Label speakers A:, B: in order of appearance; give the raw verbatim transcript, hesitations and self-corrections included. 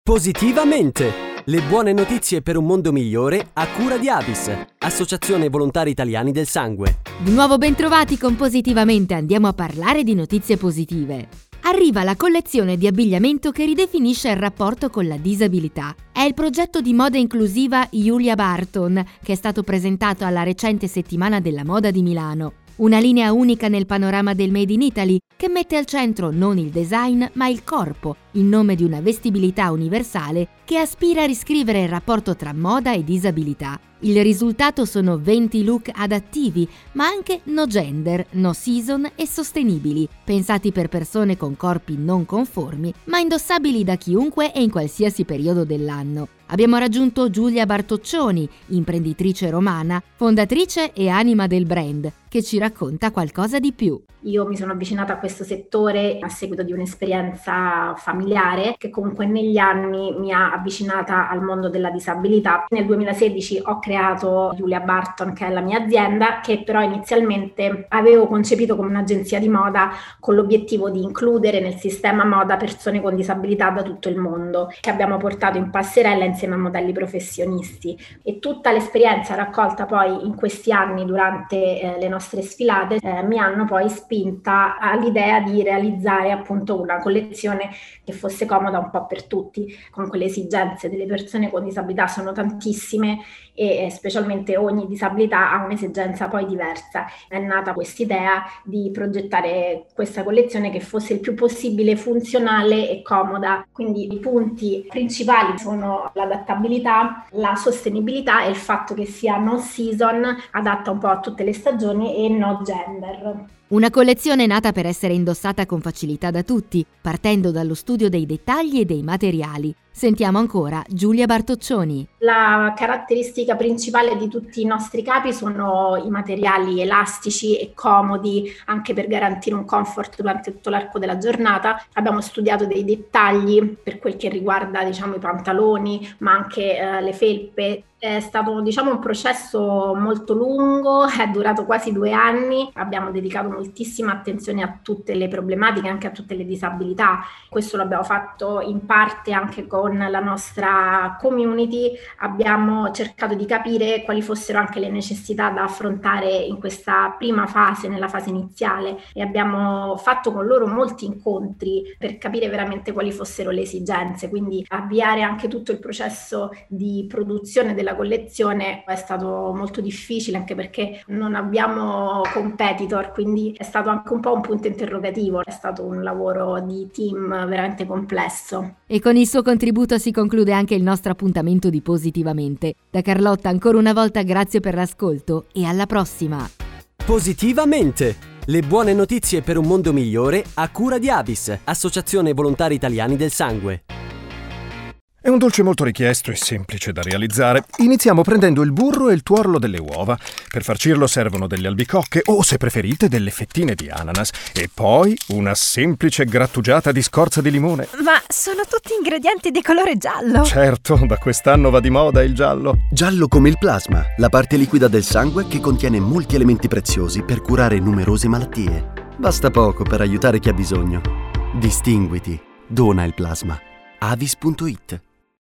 A: Positivamente! Le buone notizie per un mondo migliore a cura di Avis, Associazione Volontari Italiani del Sangue.
B: Di nuovo bentrovati con Positivamente, andiamo a parlare di notizie positive. Arriva la collezione di abbigliamento che ridefinisce il rapporto con la disabilità. È il progetto di moda inclusiva Julia Barton, che è stato presentato alla recente Settimana della Moda di Milano. Una linea unica nel panorama del Made in Italy che mette al centro non il design ma il corpo, in nome di una vestibilità universale che aspira a riscrivere il rapporto tra moda e disabilità. Il risultato sono venti look adattivi, ma anche no gender, no season e sostenibili, pensati per persone con corpi non conformi, ma indossabili da chiunque e in qualsiasi periodo dell'anno. Abbiamo raggiunto Giulia Bartoccioni, imprenditrice romana, fondatrice e anima del brand, che ci racconta qualcosa di più.
C: Io mi sono avvicinata a questo settore a seguito di un'esperienza familiare che comunque negli anni mi ha avvicinata al mondo della disabilità. Nel duemilasedici ho creato Julia Barton, che è la mia azienda, che però inizialmente avevo concepito come un'agenzia di moda con l'obiettivo di includere nel sistema moda persone con disabilità da tutto il mondo, che abbiamo portato in passerella insieme a modelli professionisti. E tutta l'esperienza raccolta poi in questi anni durante eh, le nostre sfilate eh, mi hanno poi spinta all'idea di realizzare appunto una collezione che fosse comoda un po' per tutti. Comunque le esigenze delle persone con disabilità sono tantissime e specialmente ogni disabilità ha un'esigenza poi diversa. È nata quest'idea di progettare questa collezione che fosse il più possibile funzionale e comoda. Quindi i punti principali sono l'adattabilità, la sostenibilità e il fatto che sia no season, adatta un po' a tutte le stagioni, e no gender.
B: Una collezione nata per essere indossata con facilità da tutti, partendo dallo studio dei dettagli e dei materiali. Sentiamo ancora Giulia Bartoccioni.
C: La caratteristica principale di tutti i nostri capi sono i materiali elastici e comodi, anche per garantire un comfort durante tutto l'arco della giornata. Abbiamo studiato dei dettagli per quel che riguarda, diciamo, i pantaloni, ma anche eh, le felpe. È stato, diciamo, un processo molto lungo, è durato quasi due anni. Abbiamo dedicato moltissima attenzione a tutte le problematiche, anche a tutte le disabilità. Questo l'abbiamo fatto in parte anche con la nostra community. Abbiamo cercato di capire quali fossero anche le necessità da affrontare in questa prima fase, nella fase iniziale, e abbiamo fatto con loro molti incontri per capire veramente quali fossero le esigenze. Quindi avviare anche tutto il processo di produzione della collezione è stato molto difficile, anche perché non abbiamo competitor, quindi è stato anche un po' un punto interrogativo. È stato un lavoro di team veramente complesso.
B: E con il suo contributo si conclude anche il nostro appuntamento di Positivamente. Da Carlotta ancora una volta grazie per l'ascolto e alla prossima.
A: Positivamente! Le buone notizie per un mondo migliore a cura di Avis, Associazione Volontari Italiani del Sangue.
D: È un dolce molto richiesto e semplice da realizzare. Iniziamo prendendo il burro e il tuorlo delle uova. Per farcirlo servono delle albicocche o, se preferite, delle fettine di ananas. E poi una semplice grattugiata di scorza di limone.
E: Ma sono tutti ingredienti di colore giallo.
D: Certo, da quest'anno va di moda il giallo.
F: Giallo come il plasma, la parte liquida del sangue che contiene molti elementi preziosi per curare numerose malattie. Basta poco per aiutare chi ha bisogno. Distinguiti. Dona il plasma. Avis punto it